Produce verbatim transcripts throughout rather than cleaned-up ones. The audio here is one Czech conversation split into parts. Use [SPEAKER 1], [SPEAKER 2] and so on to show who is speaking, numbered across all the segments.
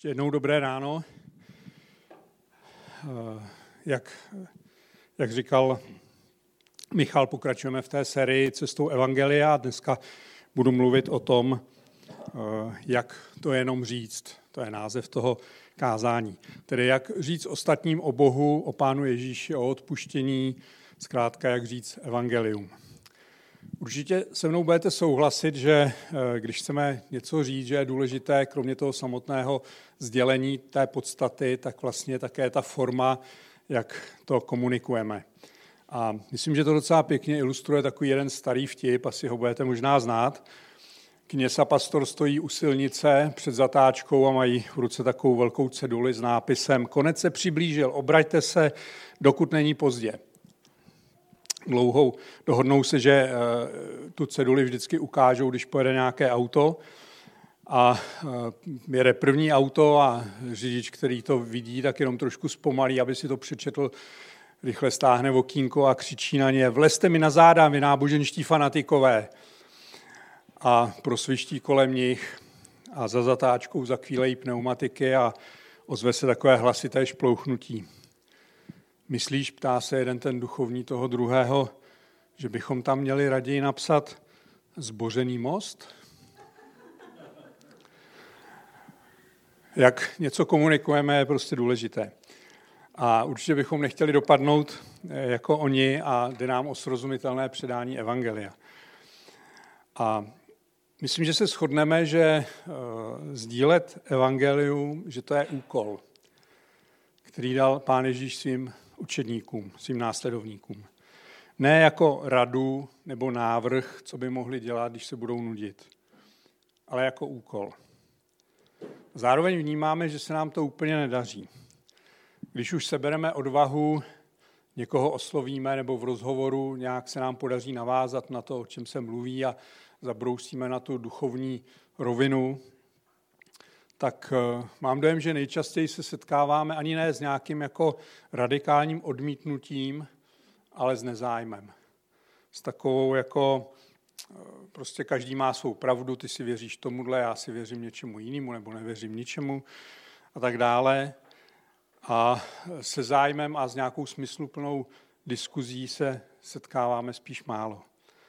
[SPEAKER 1] Ještě jednou dobré ráno. Jak, jak říkal Michal, pokračujeme v té sérii Cestou evangelia a dneska budu mluvit o tom, jak to jenom říct. To je název toho kázání. Tedy jak říct ostatním o Bohu, o Pánu Ježíši, o odpuštění, zkrátka jak říct evangelium. Určitě se mnou budete souhlasit, že když chceme něco říct, že je důležité, kromě toho samotného sdělení té podstaty, tak vlastně také ta forma, jak to komunikujeme. A myslím, že to docela pěkně ilustruje takový jeden starý vtip, asi ho budete možná znát. Kněz a pastor stojí u silnice před zatáčkou a mají v ruce takovou velkou ceduli s nápisem Konec se přiblížil, obraťte se, dokud není pozdě. Dlouhou dohodnou se, že tu ceduli vždycky ukážou, když pojede nějaké auto a jede první auto a řidič, který to vidí, tak jenom trošku zpomalí, aby si to přečetl, rychle stáhne okýnko a křičí na ně: vlezte mi na záda, vy náboženští fanatikové. A prosviští kolem nich a za zatáčkou zakvílejí pneumatiky a ozve se takové hlasité šplouchnutí. Myslíš, ptá se jeden ten duchovní toho druhého, že bychom tam měli raději napsat zbořený most? Jak něco komunikujeme, je prostě důležité. A určitě bychom nechtěli dopadnout jako oni a jde nám o srozumitelné předání evangelia. A myslím, že se shodneme, že sdílet evangelium, že to je úkol, který dal Pán Ježíš svým učedníkům, svým následovníkům. Ne jako radu nebo návrh, co by mohli dělat, když se budou nudit, ale jako úkol. Zároveň vnímáme, že se nám to úplně nedaří. Když už sebereme odvahu, někoho oslovíme nebo v rozhovoru nějak se nám podaří navázat na to, o čem se mluví a zabrousíme na tu duchovní rovinu, tak mám dojem, že nejčastěji se setkáváme ani ne s nějakým jako radikálním odmítnutím, ale s nezájmem. S takovou jako, prostě každý má svou pravdu, ty si věříš tomuhle, já si věřím něčemu jinému, nebo nevěřím ničemu a tak dále. A se zájmem a s nějakou smysluplnou diskuzí se setkáváme spíš málo.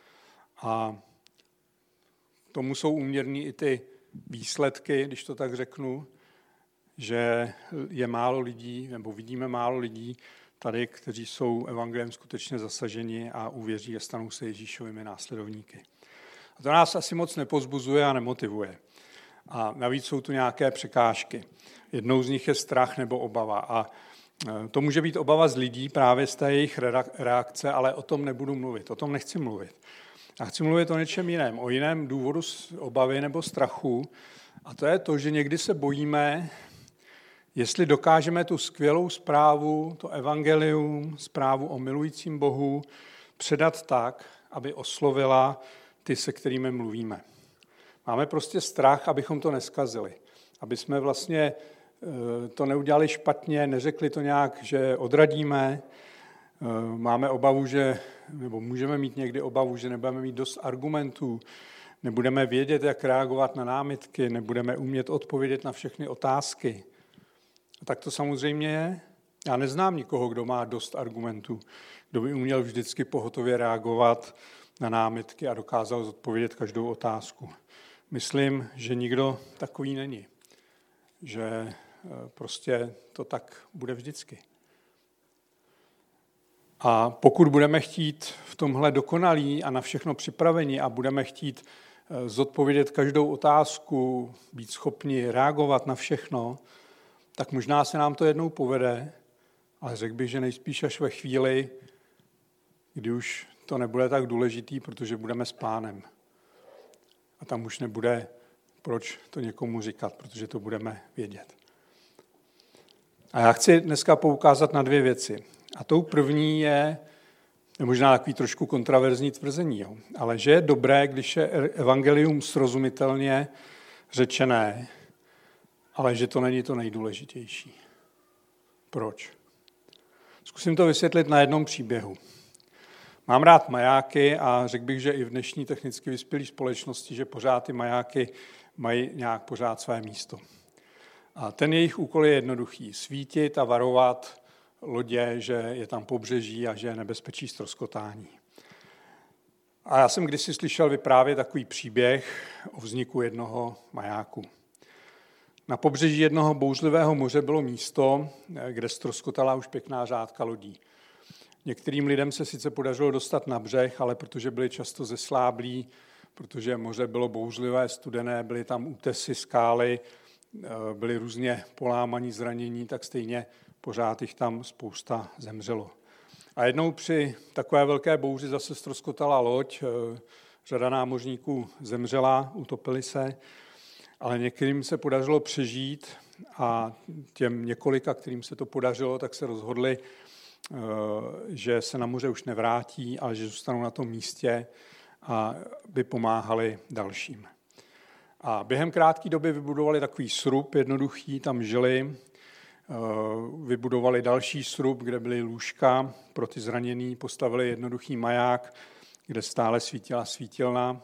[SPEAKER 1] A tomu jsou úměrný i ty výsledky, když to tak řeknu, že je málo lidí, nebo vidíme málo lidí tady, kteří jsou evangeliem skutečně zasaženi a uvěří a stanou se Ježíšovými následovníky. A to nás asi moc nepozbuzuje a nemotivuje. A navíc jsou tu nějaké překážky. Jednou z nich je strach nebo obava. A to může být obava z lidí právě z té jejich reakce, ale o tom nebudu mluvit, o tom nechci mluvit. A chci mluvit o něčem jiném, o jiném důvodu obavy nebo strachu. A to je to, že někdy se bojíme, jestli dokážeme tu skvělou zprávu, to evangelium, zprávu o milujícím Bohu předat tak, aby oslovila ty, se kterými mluvíme. Máme prostě strach, abychom to neskazili. Aby jsme vlastně to neudělali špatně, neřekli to nějak, že odradíme. Máme obavu, že, nebo můžeme mít někdy obavu, že nebudeme mít dost argumentů, nebudeme vědět, jak reagovat na námitky, nebudeme umět odpovědět na všechny otázky. A tak to samozřejmě je. Já neznám nikoho, kdo má dost argumentů, kdo by uměl vždycky pohotově reagovat na námitky a dokázal zodpovědět každou otázku. Myslím, že nikdo takový není. Že prostě to tak bude vždycky. A pokud budeme chtít v tomhle dokonalí a na všechno připraveni a budeme chtít zodpovědět každou otázku, být schopni reagovat na všechno, tak možná se nám to jednou povede, ale řekl bych, že nejspíš až ve chvíli, kdy už to nebude tak důležitý, protože budeme s Pánem. A tam už nebude proč to někomu říkat, protože to budeme vědět. A já chci dneska poukázat na dvě věci. A tou první je, je možná takový trošku kontraverzní tvrzení, jo, ale že je dobré, když je evangelium srozumitelně řečené, ale že to není to nejdůležitější. Proč? Zkusím to vysvětlit na jednom příběhu. Mám rád majáky a řekl bych, že i v dnešní technicky vyspělé společnosti, že pořád ty majáky mají nějak pořád své místo. A ten jejich úkol je jednoduchý. Svítit a varovat lodě, že je tam pobřeží a že je nebezpečí ztroskotání. A já jsem kdysi slyšel vyprávět takový příběh o vzniku jednoho majáku. Na pobřeží jednoho bouřlivého moře bylo místo, kde ztroskotala už pěkná řádka lodí. Některým lidem se sice podařilo dostat na břeh, ale protože byli často zesláblí, protože moře bylo bouřlivé, studené, byly tam útesy, skály, byly různě polámaní, zranění, tak stejně pořád jich tam spousta zemřelo. A jednou při takové velké bouři zase ztroskotala loď, řada námořníků zemřela, utopili se, ale některým se podařilo přežít a těm několika, kterým se to podařilo, tak se rozhodli, že se na moře už nevrátí, ale že zůstanou na tom místě a by pomáhali dalším. A během krátké doby vybudovali takový srub jednoduchý, tam žili, vybudovali další srub, kde byly lůžka pro ty zraněný, postavili jednoduchý maják, kde stále svítila svítilna.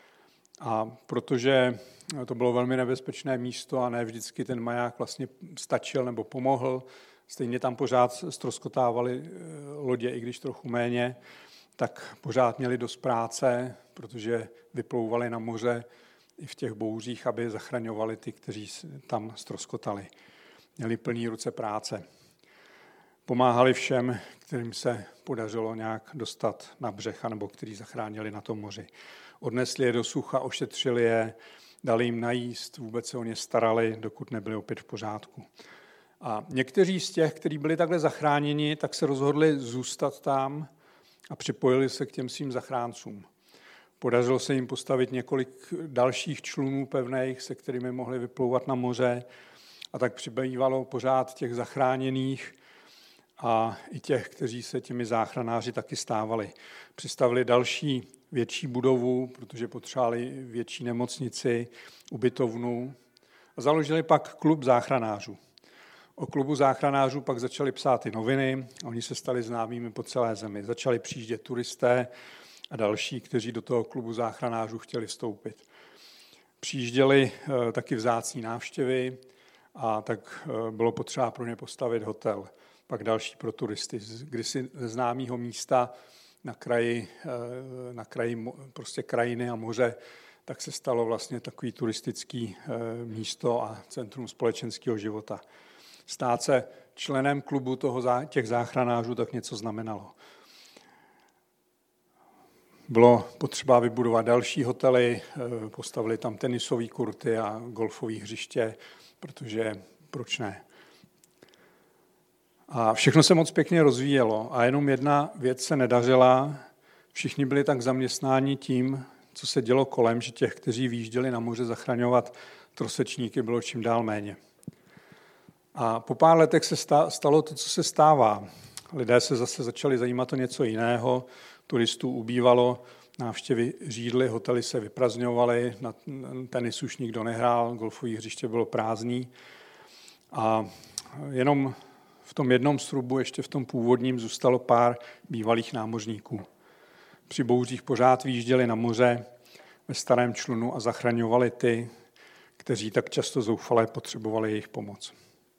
[SPEAKER 1] A protože to bylo velmi nebezpečné místo a ne vždycky ten maják vlastně stačil nebo pomohl, stejně tam pořád ztroskotávaly lodě, i když trochu méně, tak pořád měli dost práce, protože vyplouvali na moře i v těch bouřích, aby zachraňovali ty, kteří tam ztroskotali. Měli plný ruce práce. Pomáhali všem, kterým se podařilo nějak dostat na břeh, nebo kteří zachránili na tom moři. Odnesli je do sucha, ošetřili je, dali jim najíst, vůbec se o ně starali, dokud nebyli opět v pořádku. A někteří z těch, kteří byli takhle zachráněni, tak se rozhodli zůstat tam a připojili se k těm svým zachráncům. Podařilo se jim postavit několik dalších člunů pevných, se kterými mohli vyplouvat na moře, a tak přibývalo pořád těch zachráněných a i těch, kteří se těmi záchranáři taky stávali. Přistavili další větší budovu, protože potřebovali větší nemocnici, ubytovnu a založili pak klub záchranářů. O klubu záchranářů pak začali psát i noviny, oni se stali známými po celé zemi. Začali přijíždět turisté a další, kteří do toho klubu záchranářů chtěli vstoupit. Přijížděli taky vzácní návštěvy a tak bylo potřeba pro ně postavit hotel. Pak další pro turisty. Kdysi ze známého místa na kraji, na kraji prostě krajiny a moře, tak se stalo vlastně takový turistický místo a centrum společenského života. Stát se členem klubu toho, těch záchranářů tak něco znamenalo. Bylo potřeba vybudovat další hotely, postavili tam tenisové kurty a golfové hřiště, protože proč ne? A všechno se moc pěkně rozvíjelo a jenom jedna věc se nedařila. Všichni byli tak zaměstnáni tím, co se dělo kolem, že těch, kteří výjížděli na moře zachraňovat trosečníky, bylo čím dál méně. A po pár letech se stalo to, co se stává. Lidé se zase začali zajímat o něco jiného, turistů ubývalo, návštěvy řídly, hotely se vyprazňovaly, na tenis už nikdo nehrál, golfové hřiště bylo prázdný. A jenom v tom jednom srubu, ještě v tom původním, zůstalo pár bývalých námořníků. Při bouřích pořád výjížděli na moře ve starém člunu a zachraňovali ty, kteří tak často zoufale potřebovali jejich pomoc.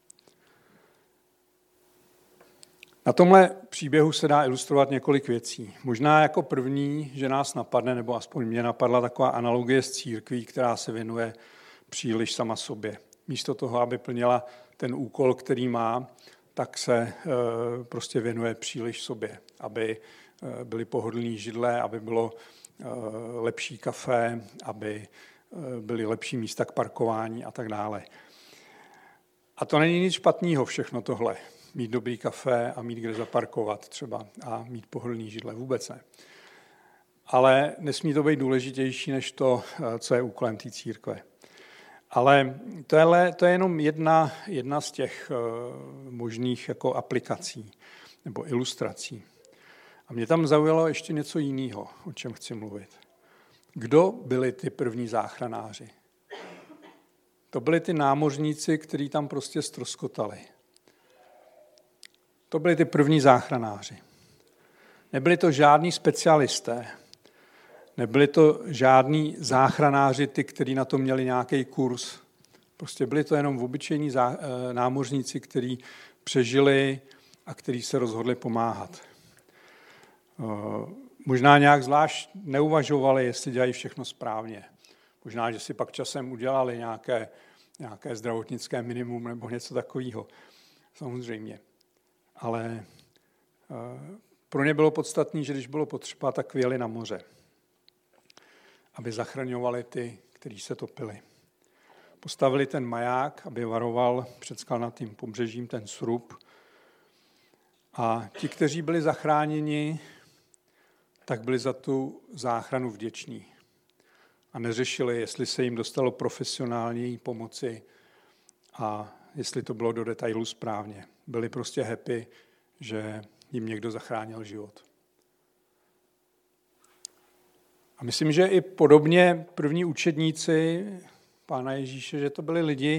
[SPEAKER 1] Na tomhle příběhu se dá ilustrovat několik věcí. Možná jako první, že nás napadne, nebo aspoň mě napadla taková analogie s církví, která se věnuje příliš sama sobě. Místo toho, aby plnila ten úkol, který má, tak se prostě věnuje příliš sobě, aby byly pohodlný židle, aby bylo lepší kafe, aby byly lepší místa k parkování a tak dále. A to není nic špatného všechno tohle. Mít dobrý kafe a mít kde zaparkovat třeba a mít pohodlný židle, vůbec ne. Ale nesmí to být důležitější než to, co je úkolem té církve. Ale to je, to je jenom jedna, jedna z těch možných jako aplikací nebo ilustrací. A mě tam zaujalo ještě něco jiného, o čem chci mluvit. Kdo byli ty první záchranáři? To byli ty námořníci, kteří tam prostě ztroskotali. To byli ty první záchranáři. Nebyli to žádní specialisté. Nebyli to žádní záchranáři, ty, kteří na to měli nějaký kurz. Prostě byli to jenom obyčejní námořníci, kteří přežili a kteří se rozhodli pomáhat. Možná nějak zvlášť neuvažovali, jestli dělají všechno správně. Možná, že si pak časem udělali nějaké, nějaké zdravotnické minimum nebo něco takového. Samozřejmě. Ale pro ně bylo podstatné, že když bylo potřeba, tak vyjeli na moře, aby zachraňovali ty, kteří se topili. Postavili ten maják, aby varoval před skalnatým pobřežím ten srub. A ti, kteří byli zachráněni, tak byli za tu záchranu vděční. A neřešili, jestli se jim dostalo profesionální pomoci a jestli to bylo do detailu správně. Byli prostě happy, že jim někdo zachránil život. A myslím, že i podobně první učedníci Pána Ježíše, že to byli lidi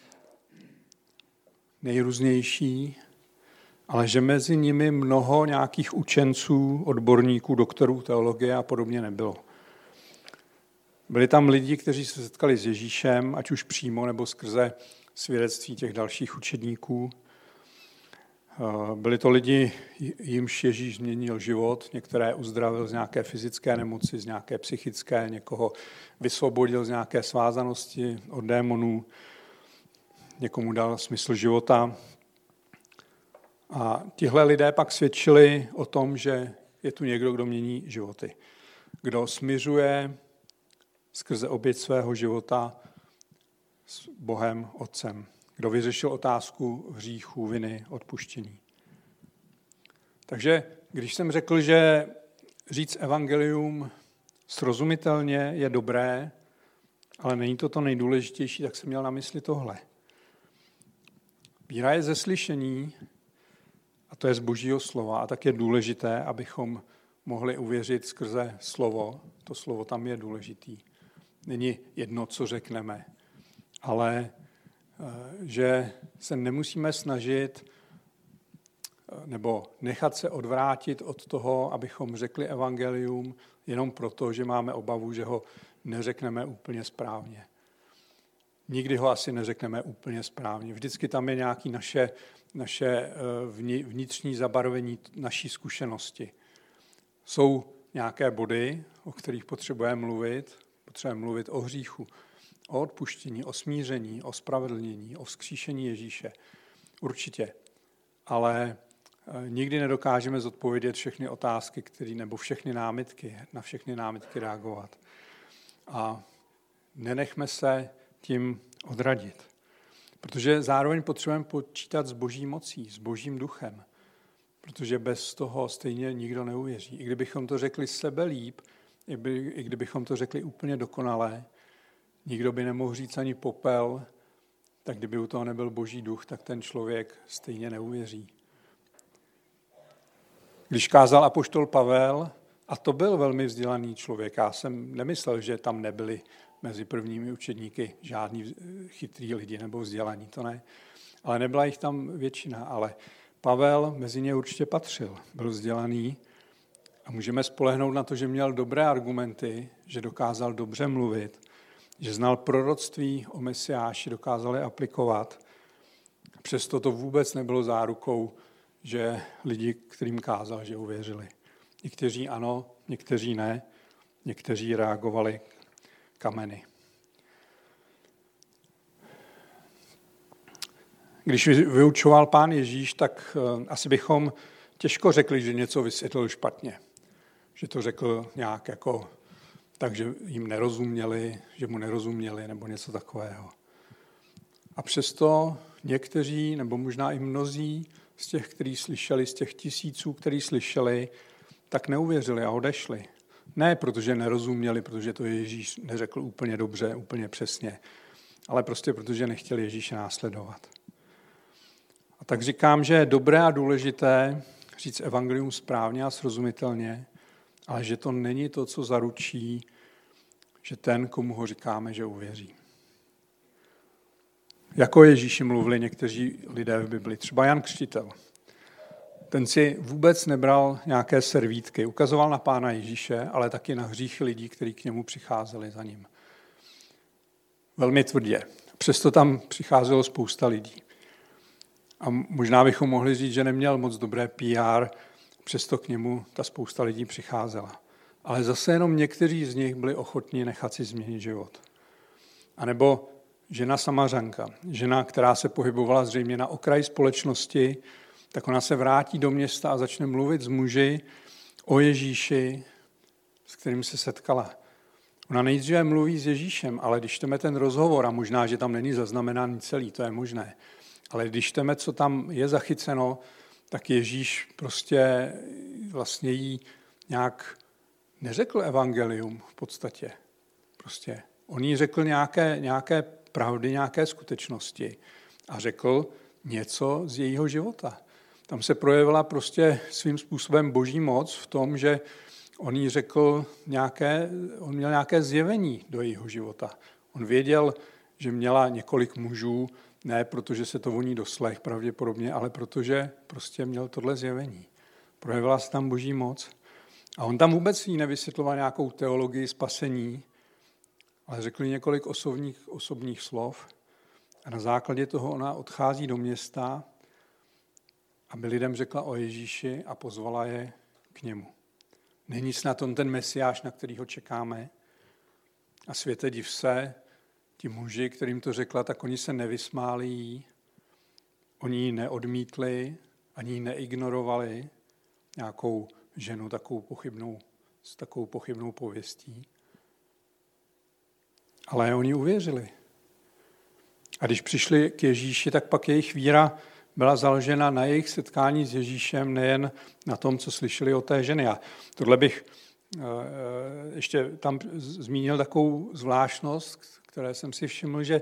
[SPEAKER 1] nejrůznější, ale že mezi nimi mnoho nějakých učenců, odborníků, doktorů teologie a podobně nebylo. Byli tam lidi, kteří se setkali s Ježíšem, ať už přímo nebo skrze svědectví těch dalších učedníků. Byli to lidi, jimž Ježíš změnil život, některé uzdravil z nějaké fyzické nemoci, z nějaké psychické, někoho vysvobodil z nějaké svázanosti od démonů, někomu dal smysl života. A tihle lidé pak svědčili o tom, že je tu někdo, kdo mění životy, kdo smiřuje skrze oběť svého života s Bohem Otcem, kdo vyřešil otázku hříchu, viny, odpuštění. Takže když jsem řekl, že říct evangelium srozumitelně je dobré, ale není to to nejdůležitější, tak jsem měl na mysli tohle. Víra je ze slyšení, a to je z Božího slova, a tak je důležité, abychom mohli uvěřit skrze slovo. To slovo tam je důležitý. Není jedno, co řekneme, ale že se nemusíme snažit nebo nechat se odvrátit od toho, abychom řekli evangelium jenom proto, že máme obavu, že ho neřekneme úplně správně. Nikdy ho asi neřekneme úplně správně. Vždycky tam je nějaké naše, naše vnitřní zabarvení naší zkušenosti. Jsou nějaké body, o kterých potřebujeme mluvit. Potřebujeme mluvit o hříchu, o odpuštění, o smíření, o spravedlnění, o vzkříšení Ježíše. Určitě. Ale nikdy nedokážeme zodpovědět všechny otázky, které, nebo všechny námitky, na všechny námitky reagovat. A nenechme se tím odradit. Protože zároveň potřebujeme počítat s Boží mocí, s Božím duchem. Protože bez toho stejně nikdo neuvěří. I kdybychom to řekli sebelíp, i, by, i kdybychom to řekli úplně dokonale, nikdo by nemohl říct ani popel, tak kdyby u toho nebyl Boží duch, tak ten člověk stejně neuvěří. Když kázal apoštol Pavel, a to byl velmi vzdělaný člověk, já jsem nemyslel, že tam nebyli mezi prvními učedníky žádní chytrý lidi nebo vzdělaní, to ne, ale nebyla jich tam většina, ale Pavel mezi ně určitě patřil, byl vzdělaný a můžeme spolehnout na to, že měl dobré argumenty, že dokázal dobře mluvit, že znal proroctví o Mesiáši, dokázal je aplikovat. Přesto to vůbec nebylo zárukou, že lidi, kterým kázal, že uvěřili. Někteří ano, někteří ne, někteří reagovali kameny. Když vyučoval Pán Ježíš, tak asi bychom těžko řekli, že něco vysvětlil špatně. Že to řekl nějak jako tak, že jim nerozuměli, že mu nerozuměli nebo něco takového. A přesto někteří, nebo možná i mnozí z těch, kteří slyšeli, z těch tisíců, kteří slyšeli, tak neuvěřili a odešli. Ne, protože nerozuměli, protože to Ježíš neřekl úplně dobře, úplně přesně, ale prostě protože nechtěli Ježíše následovat. A tak říkám, že je dobré a důležité říct evangelium správně a srozumitelně, ale že to není to, co zaručí, že ten, komu ho říkáme, že uvěří. Jako Ježíši mluvili někteří lidé v Bibli, třeba Jan Křtitel. Ten si vůbec nebral nějaké servítky, ukazoval na Pána Ježíše, ale taky na hříchy lidí, kteří k němu přicházeli za ním. Velmi tvrdě. Přesto tam přicházelo spousta lidí. A možná bychom mohli říct, že neměl moc dobré P R, přesto k němu ta spousta lidí přicházela. Ale zase jenom někteří z nich byli ochotní nechat si změnit život. A nebo žena Samařanka, žena, která se pohybovala zřejmě na okraji společnosti, tak ona se vrátí do města a začne mluvit s muži o Ježíši, s kterým se setkala. Ona nejdříve mluví s Ježíšem, ale když čteme ten rozhovor, a možná, že tam není zaznamenaný celý, to je možné, ale když čteme, co tam je zachyceno, tak Ježíš prostě vlastně jí nějak neřekl evangelium v podstatě. Prostě on jí řekl nějaké, nějaké pravdy, nějaké skutečnosti a řekl něco z jejího života. Tam se projevila prostě svým způsobem boží moc v tom, že on jí řekl nějaké, on měl nějaké zjevení do jejího života. On věděl, že měla několik mužů, ne protože se to o ní doslech pravděpodobně, ale protože prostě měl tohle zjevení. Projevila se tam boží moc. A on tam vůbec jí nevysvětloval nějakou teologii spasení, ale řekl několik osobních, osobních slov a na základě toho ona odchází do města, aby lidem řekla o Ježíši a pozvala je k němu. Není snad on ten Mesiáš, na kterýho čekáme? A světe div se, ti muži, kterým to řekla, tak oni se nevysmáli jí, oni ji neodmítli, ani ji neignorovali, nějakou ženu takovou pochybnou, s takovou pochybnou pověstí. Ale oni uvěřili. A když přišli k Ježíši, tak pak jejich víra byla založena na jejich setkání s Ježíšem, nejen na tom, co slyšeli o té ženy. A tohle bych ještě tam zmínil takovou zvláštnost, které jsem si všiml, že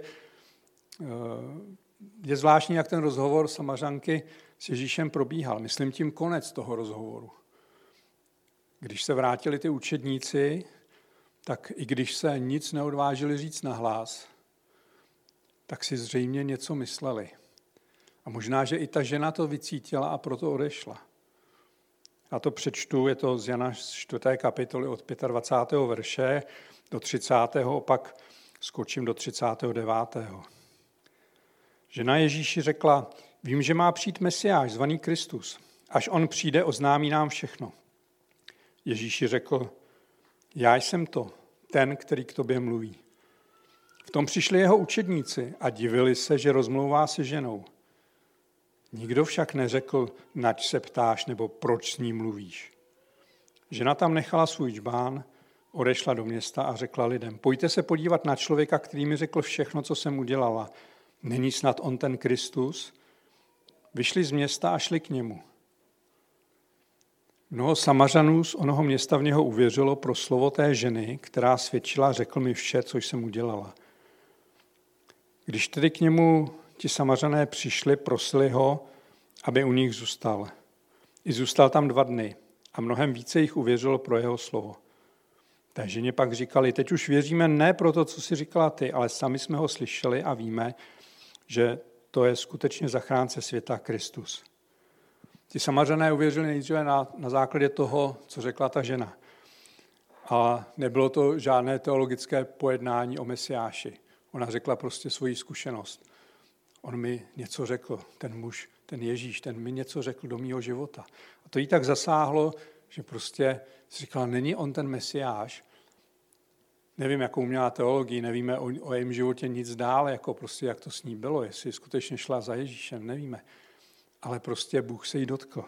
[SPEAKER 1] je zvláštní, jak ten rozhovor Samařanky s Ježíšem probíhal. Myslím tím konec toho rozhovoru. Když se vrátili ty učedníci, tak i když se nic neodvážili říct nahlas, tak si zřejmě něco mysleli. A možná, že i ta žena to vycítila a proto odešla. Já to přečtu, je to z Jana čtvrté kapitoly od dvacátého pátého verše do třicátého opak skočím do třicátého devátého Žena Ježíši řekla, vím, že má přijít Mesiáš, zvaný Kristus. Až on přijde, oznámí nám všechno. Ježíši řekl, já jsem to, ten, který k tobě mluví. V tom přišli jeho učedníci a divili se, že rozmlouvá se ženou. Nikdo však neřekl, nač se ptáš nebo proč s ní mluvíš. Žena tam nechala svůj džbán, odešla do města a řekla lidem, pojďte se podívat na člověka, který mi řekl všechno, co jsem udělala. Není snad on ten Kristus? Vyšli z města a šli k němu. Mnoho Samařanů z onoho města v něho uvěřilo pro slovo té ženy, která svědčila, řekl mi vše, co jsem udělala. Když tedy k němu ti Samařané přišli, prosili ho, aby u nich zůstal. I zůstal tam dva dny a mnohem více jich uvěřilo pro jeho slovo. Té ženě pak říkali, teď už věříme ne pro to, co jsi říkala ty, ale sami jsme ho slyšeli a víme, že to je skutečně zachránce světa Kristus. Ti Samařané uvěřili nejdříve na, na základě toho, co řekla ta žena. A nebylo to žádné teologické pojednání o Mesiáši. Ona řekla prostě svoji zkušenost. On mi něco řekl, ten muž, ten Ježíš, ten mi něco řekl do mýho života. A to jí tak zasáhlo, že prostě si říkala, není on ten Mesiáš. Nevím, jakou měla teologii, nevíme o, o jejím životě nic dál, jako prostě jak to s ní bylo, jestli skutečně šla za Ježíšem, nevíme. Ale prostě Bůh se jí dotkl.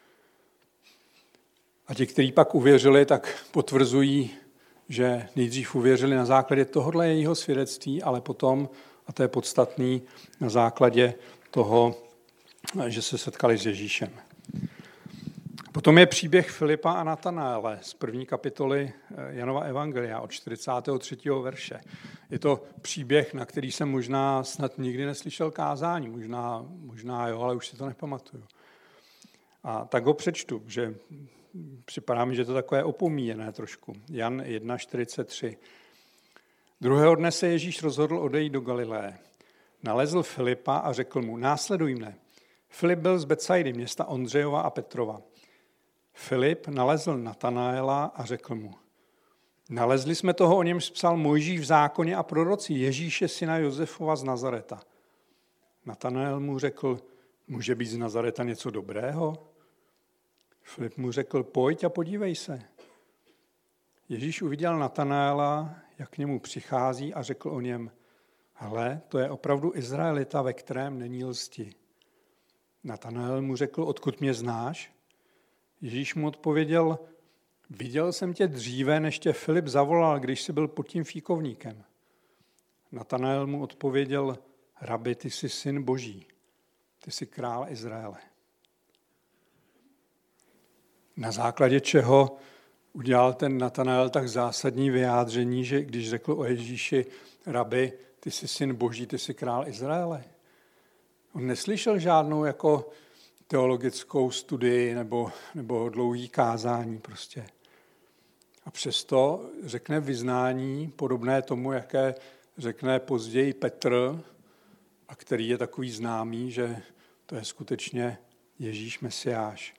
[SPEAKER 1] A ti, kteří pak uvěřili, tak potvrzují, že nejdřív uvěřili na základě tohohle jejího svědectví, ale potom, a to je podstatný, na základě toho, že se setkali s Ježíšem. Potom je příběh Filipa a Natanaele z první kapitoly Janova evangelia od čtyřicátého třetího verše. Je to příběh, na který jsem možná snad nikdy neslyšel kázání, možná, možná jo, ale už si to nepamatuju. A tak ho přečtu, že připadá mi, že to takové opomíjené trošku. Jan jedna čtyřicet tři. Druhého dne se Ježíš rozhodl odejít do Galileje. Nalezl Filipa a řekl mu, následuj mne. Filip byl z Betsaidy, města Ondřejova a Petrova. Filip nalezl Natanaela a řekl mu, Nalezli jsme toho, o němž psal Mojžíš v zákoně a proroci, Ježíše syna Josefova z Nazareta. Natanael mu řekl, může být z Nazareta něco dobrého? Filip mu řekl, pojď a podívej se. Ježíš uviděl Natanaela, jak k němu přichází a řekl o něm, hle, to je opravdu Izraelita, ve kterém není lsti. Natanael mu řekl, odkud mě znáš? Ježíš mu odpověděl, viděl jsem tě dříve, než tě Filip zavolal, když jsi byl pod tím fíkovníkem. Natanael mu odpověděl, rabi, ty jsi syn Boží, ty jsi král Izraele. Na základě čeho udělal ten Natanael tak zásadní vyjádření, že když řekl o Ježíši, rabi, ty jsi syn Boží, ty jsi král Izraele. On neslyšel žádnou jako teologickou studii nebo, nebo dlouhý kázání prostě. A přesto řekne vyznání podobné tomu, jaké řekne později Petr, a který je takový známý, že to je skutečně Ježíš Mesiáš.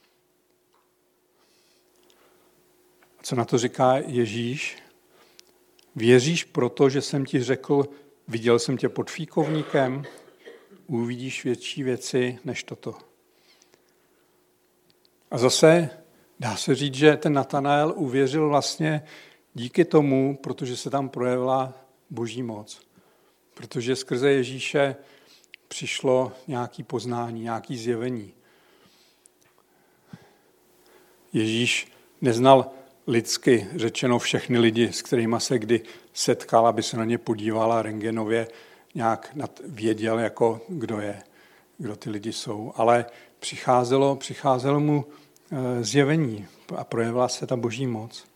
[SPEAKER 1] A co na to říká Ježíš? Věříš proto, že jsem ti řekl, viděl jsem tě pod fíkovníkem, uvidíš větší věci než toto. A zase dá se říct, že ten Natanael uvěřil vlastně díky tomu, protože se tam projevila Boží moc. Protože skrze Ježíše přišlo nějaké poznání, nějaké zjevení. Ježíš neznal lidsky řečeno všechny lidi, s kterými se kdy setkal, aby se na ně podíval a rentgenově nějak věděl, jako kdo je, kdo ty lidi jsou. Ale přicházelo, přicházelo mu zjevení a projevila se ta Boží moc.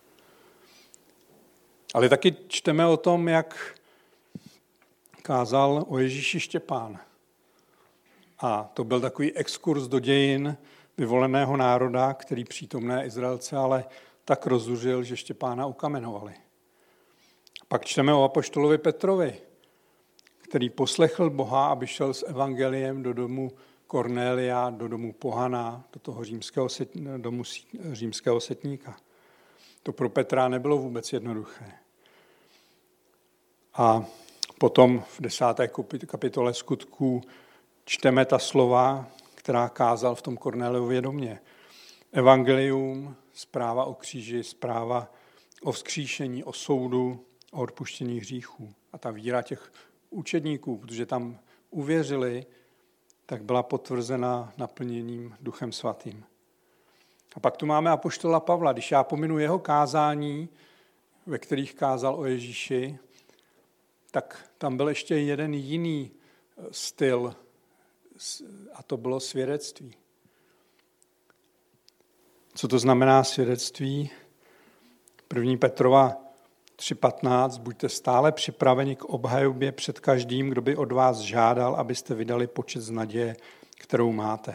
[SPEAKER 1] Ale taky čteme o tom, jak kázal o Ježíši Štěpán. A to byl takový exkurs do dějin vyvoleného národa, který přítomné Izraelce ale tak rozuřil, že Štěpána ukamenovali. Pak čteme o apoštolovi Petrovi, který poslechl Boha, aby šel s evangeliem do domu Kornélia, do domu pohana, do toho římského, set, domu římského setníka. To pro Petra nebylo vůbec jednoduché. A potom v desáté kapitole Skutků čteme ta slova, která kázal v tom Kornéliově domě. Evangelium, zpráva o kříži, zpráva o vzkříšení, o soudu, o odpuštění hříchů. A ta víra těch učedníků, protože tam uvěřili, tak byla potvrzena naplněním Duchem Svatým. A pak tu máme apoštola Pavla. Když já pominu jeho kázání, ve kterých kázal o Ježíši, tak tam byl ještě jeden jiný styl, a to bylo svědectví. Co to znamená svědectví? první Petrova tři patnáct. Buďte stále připraveni k obhajobě před každým, kdo by od vás žádal, abyste vydali počet z naděje, kterou máte.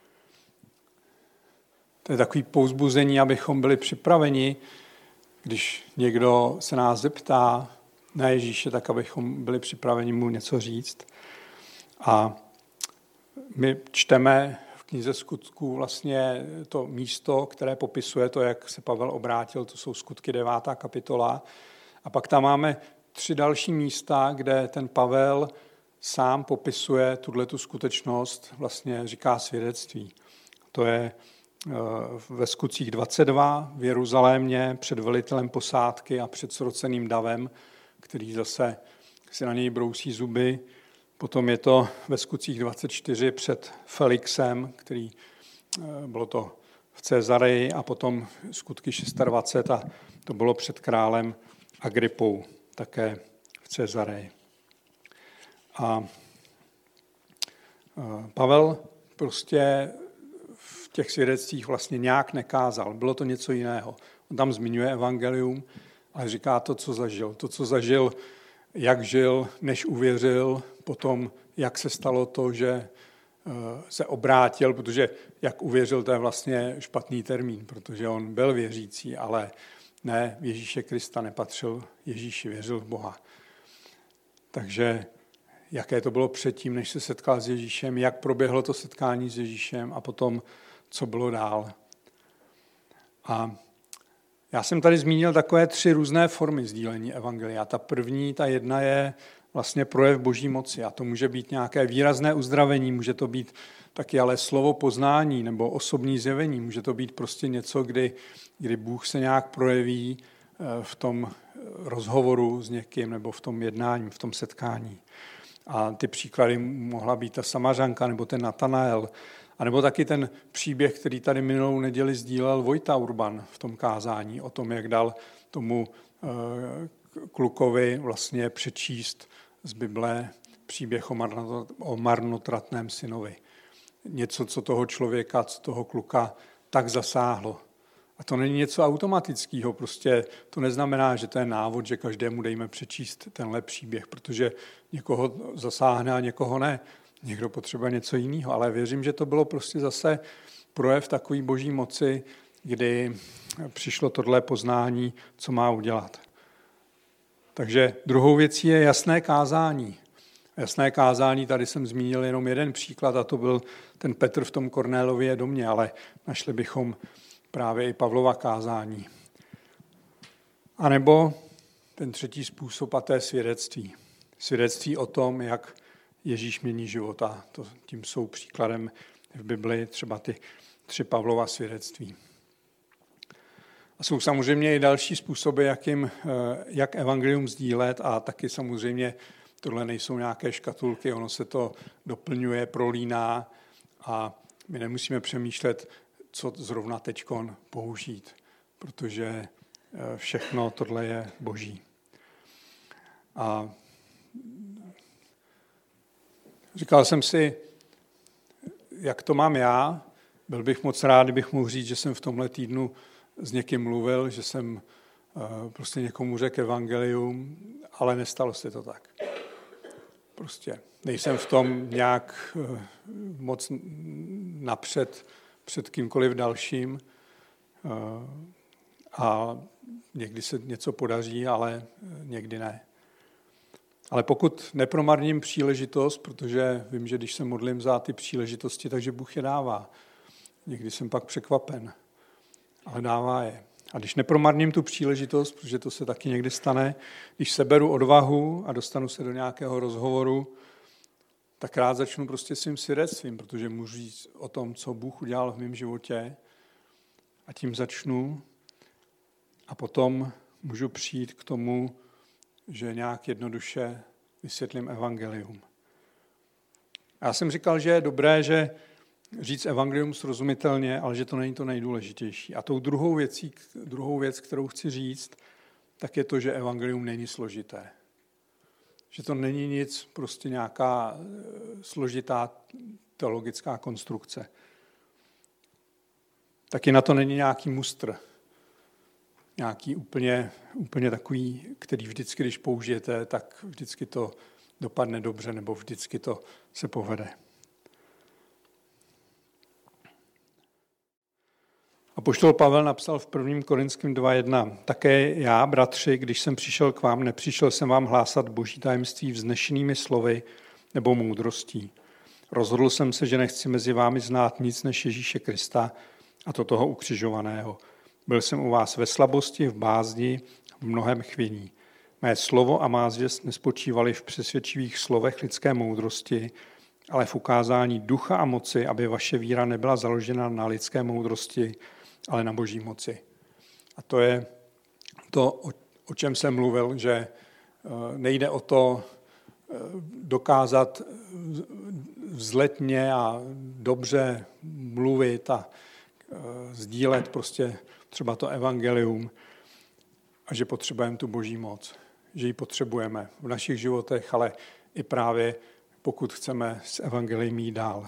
[SPEAKER 1] To je takový povzbuzení, abychom byli připraveni, když někdo se nás zeptá na Ježíše, tak abychom byli připraveni mu něco říct. A my čteme v knize Skutků vlastně to místo, které popisuje to, jak se Pavel obrátil, to jsou Skutky devátá kapitola. A pak tam máme tři další místa, kde ten Pavel sám popisuje tuhletu skutečnost, vlastně říká svědectví. To je ve Skutcích dvacet dva v Jeruzalémě před velitelem posádky a před sroceným davem, který zase si na něj brousí zuby. Potom je to ve Skutcích dvacet čtyři před Felixem, který bylo to v Cezareji, a potom Skutky dvacet šest a to bylo před králem Agripou, také v Cezareji. A Pavel prostě v těch svědectvích vlastně nějak nekázal. Bylo to něco jiného. On tam zmiňuje evangelium, ale říká to, co zažil. To, co zažil, jak žil, než uvěřil, potom jak se stalo to, že se obrátil, protože jak uvěřil, to je vlastně špatný termín, protože on byl věřící, ale ne v Ježíše Krista, nepatřil Ježíši, věřil v Boha. Takže jaké to bylo předtím, než se setkal s Ježíšem, jak proběhlo to setkání s Ježíšem a potom, co bylo dál. A Já jsem tady zmínil takové tři různé formy sdílení evangelia. Ta první, ta jedna je vlastně projev boží moci. A to může být nějaké výrazné uzdravení, může to být taky ale slovo poznání nebo osobní zjevení. Může to být prostě něco, kdy, kdy Bůh se nějak projeví v tom rozhovoru s někým nebo v tom jednání, v tom setkání. A ty příklady mohla být ta Samařanka nebo ten Natanael, a nebo taky ten příběh, který tady minulou neděli sdílel Vojta Urban v tom kázání o tom, jak dal tomu klukovi vlastně přečíst z Bible příběh o marnotratném synovi. Něco, co toho člověka, co toho kluka tak zasáhlo. A to není něco automatického, prostě to neznamená, že to je návod, že každému dejme přečíst tenhle příběh, protože někoho zasáhne a někoho ne. Někdo potřebuje něco jiného, ale věřím, že to bylo prostě zase projev takový boží moci, kdy přišlo tohle poznání, co má udělat. Takže druhou věcí je jasné kázání. Jasné kázání, tady jsem zmínil jenom jeden příklad, a to byl ten Petr v tom Kornélově domě, ale našli bychom právě i Pavlova kázání. A nebo ten třetí způsob, a to je svědectví. Svědectví o tom, jak Ježíš mění života. To, tím jsou příkladem v Bibli třeba ty tři Pavlova svědectví. A jsou samozřejmě i další způsoby, jak, jim, jak evangelium sdílet, a taky samozřejmě tohle nejsou nějaké škatulky, ono se to doplňuje, prolíná a my nemusíme přemýšlet, co zrovna teďkon použít, protože všechno tohle je boží. A říkal jsem si, jak to mám já, byl bych moc rád, kdybych mohl říct, že jsem v tomhle týdnu s někým mluvil, že jsem prostě někomu řekl evangelium, ale nestalo se to tak. Prostě nejsem v tom nějak moc napřed před kýmkoliv dalším a někdy se něco podaří, ale někdy ne. Ale pokud nepromarním příležitost, protože vím, že když se modlím za ty příležitosti, takže Bůh je dává. Někdy jsem pak překvapen, ale dává je. A když nepromarním tu příležitost, protože to se taky někdy stane, když seberu odvahu a dostanu se do nějakého rozhovoru, tak rád začnu prostě svým svědectvím, protože můžu říct o tom, co Bůh udělal v mém životě, a tím začnu a potom můžu přijít k tomu, že nějak jednoduše vysvětlím evangelium. Já jsem říkal, že je dobré, že říct evangelium srozumitelně, ale že to není to nejdůležitější. A tou druhou věcí, druhou věc, kterou chci říct, tak je to, že evangelium není složité. Že to není nic, prostě nějaká složitá teologická konstrukce. Taky na to není nějaký mustr. Nějaký úplně, úplně takový, který vždycky, když použijete, tak vždycky to dopadne dobře, nebo vždycky to se povede. Apoštol Pavel napsal v prvním Korinským dva jedna. Také já, bratři, když jsem přišel k vám, nepřišel jsem vám hlásat boží tajemství vznešenými slovy nebo moudrostí. Rozhodl jsem se, že nechci mezi vámi znát nic než Ježíše Krista, a to toho ukřižovaného. Byl jsem u vás ve slabosti, v bázni, v mnohém chvění. Mé slovo a má zvěst nespočívaly v přesvědčivých slovech lidské moudrosti, ale v ukázání ducha a moci, aby vaše víra nebyla založena na lidské moudrosti, ale na boží moci. A to je to, o čem jsem mluvil, že nejde o to dokázat vzletně a dobře mluvit a sdílet prostě třeba to evangelium, a že potřebujeme tu boží moc, že ji potřebujeme v našich životech, ale i právě pokud chceme s evangeliem jít dál.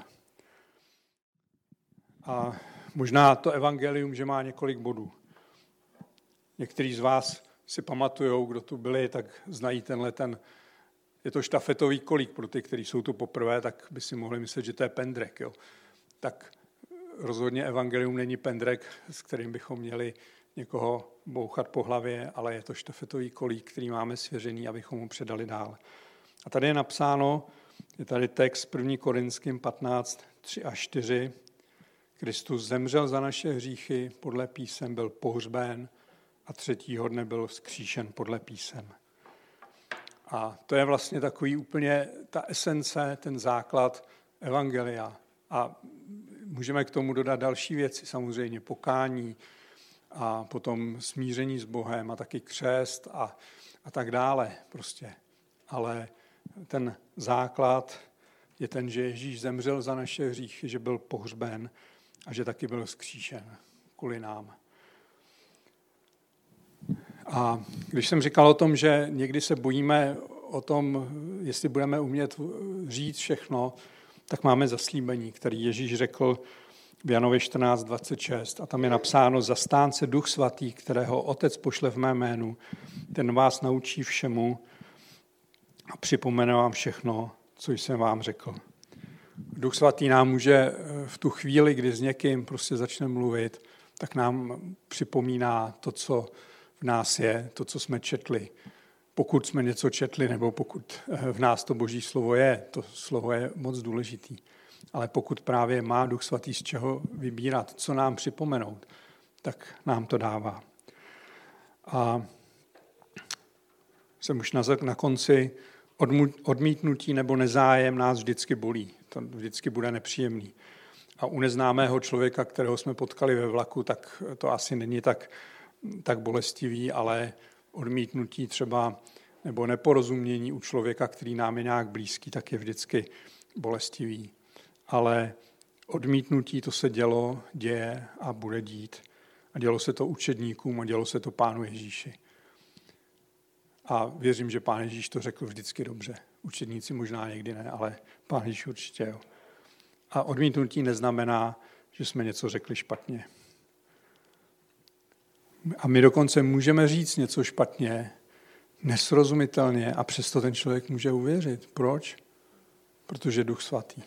[SPEAKER 1] A možná to evangelium, že má několik bodů. Někteří z vás si pamatujou, kdo tu byli, tak znají tenhle ten, je to štafetový kolík pro ty, kteří jsou tu poprvé, tak by si mohli myslet, že to je pendrek. Jo. Tak rozhodně evangelium není pendrek, s kterým bychom měli někoho bouchat po hlavě, ale je to štafetový kolík, který máme svěřený, abychom mu předali dál. A tady je napsáno, je tady text první Korinským patnáct, tři a čtyři. Kristus zemřel za naše hříchy, podle písem byl pohřben, a třetího dne byl vzkříšen podle písem. A to je vlastně takový úplně ta esence, ten základ evangelia. A můžeme k tomu dodat další věci, samozřejmě pokání a potom smíření s Bohem a taky křest a, a tak dále prostě. Ale ten základ je ten, že Ježíš zemřel za naše hříchy, že byl pohřben a že taky byl vzkříšen kvůli nám. A když jsem říkal o tom, že někdy se bojíme o tom, jestli budeme umět říct všechno, tak máme zaslíbení, který Ježíš řekl v Janovi čtrnáct dvacet šest a tam je napsáno: Zastánce Duch Svatý, kterého Otec pošle v mé jménu, ten vás naučí všemu a připomene vám všechno, co jsem vám řekl. Duch Svatý nám může v tu chvíli, kdy s někým prostě začne mluvit, tak nám připomíná to, co v nás je, to, co jsme četli. Pokud jsme něco četli, nebo pokud v nás to Boží slovo je, to slovo je moc důležitý. Ale pokud právě má Duch Svatý z čeho vybírat, co nám připomenout, tak nám to dává. A jsem už na, na konci. Odmítnutí nebo nezájem nás vždycky bolí. To vždycky bude nepříjemný. A u neznámého člověka, kterého jsme potkali ve vlaku, tak to asi není tak, tak bolestivý, ale odmítnutí třeba nebo neporozumění u člověka, který nám je nějak blízký, tak je vždycky bolestivý. Ale odmítnutí to se dělo, děje a bude dít. A dělo se to učedníkům a dělo se to Pánu Ježíši. A věřím, že Pán Ježíš to řekl vždycky dobře. Učedníci možná někdy ne, ale Pán Ježíš určitě jo. A odmítnutí neznamená, že jsme něco řekli špatně. A my dokonce můžeme říct něco špatně, nesrozumitelně, a přesto ten člověk může uvěřit. Proč? Protože Duch Svatý.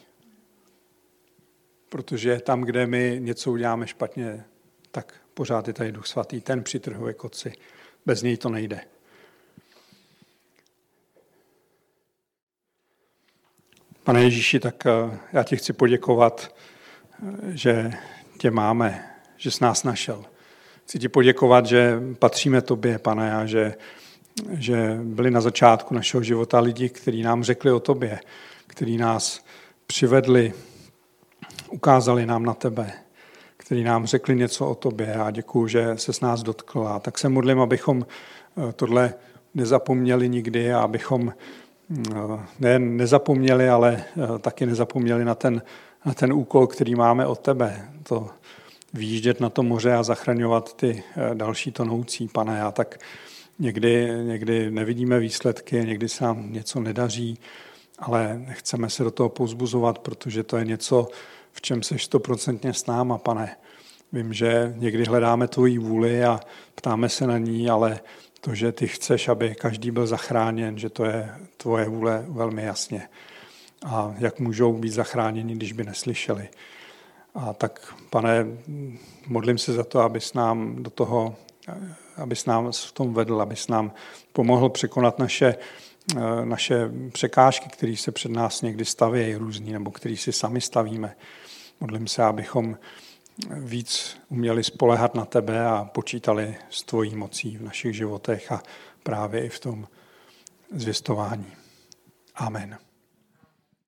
[SPEAKER 1] Protože tam, kde my něco uděláme špatně, tak pořád je tady Duch Svatý. Ten přitrhuje koci. Bez něj to nejde. Pane Ježíši, tak já ti chci poděkovat, že tě máme, že jsi nás našel. Chci ti poděkovat, že patříme tobě, Pane, a že, že byli na začátku našeho života lidi, kteří nám řekli o tobě, kteří nás přivedli, ukázali nám na tebe, kteří nám řekli něco o tobě, a děkuju, že se s nás dotkl. A tak se modlím, abychom tohle nezapomněli nikdy a abychom nejen nezapomněli, ale taky nezapomněli na ten, na ten úkol, který máme od tebe. To vyjíždět na to moře a zachraňovat ty další tonoucí, Pane. A tak někdy, někdy nevidíme výsledky, někdy se nám něco nedaří, ale chceme se do toho povzbuzovat, protože to je něco, v čem seš stoprocentně s náma, Pane. Vím, že někdy hledáme tvoji vůli a ptáme se na ní, ale to, že ty chceš, aby každý byl zachráněn, že to je tvoje vůle velmi jasně. A jak můžou být zachráněni, když by neslyšeli. A tak, Pane, modlím se za to, abys nám do toho, abys nám v tom vedl, abys nám pomohl překonat naše, naše překážky, které se před nás někdy stavějí různý, nebo které si sami stavíme. Modlím se, abychom víc uměli spoléhat na tebe a počítali s tvojí mocí v našich životech a právě i v tom zvěstování. Amen.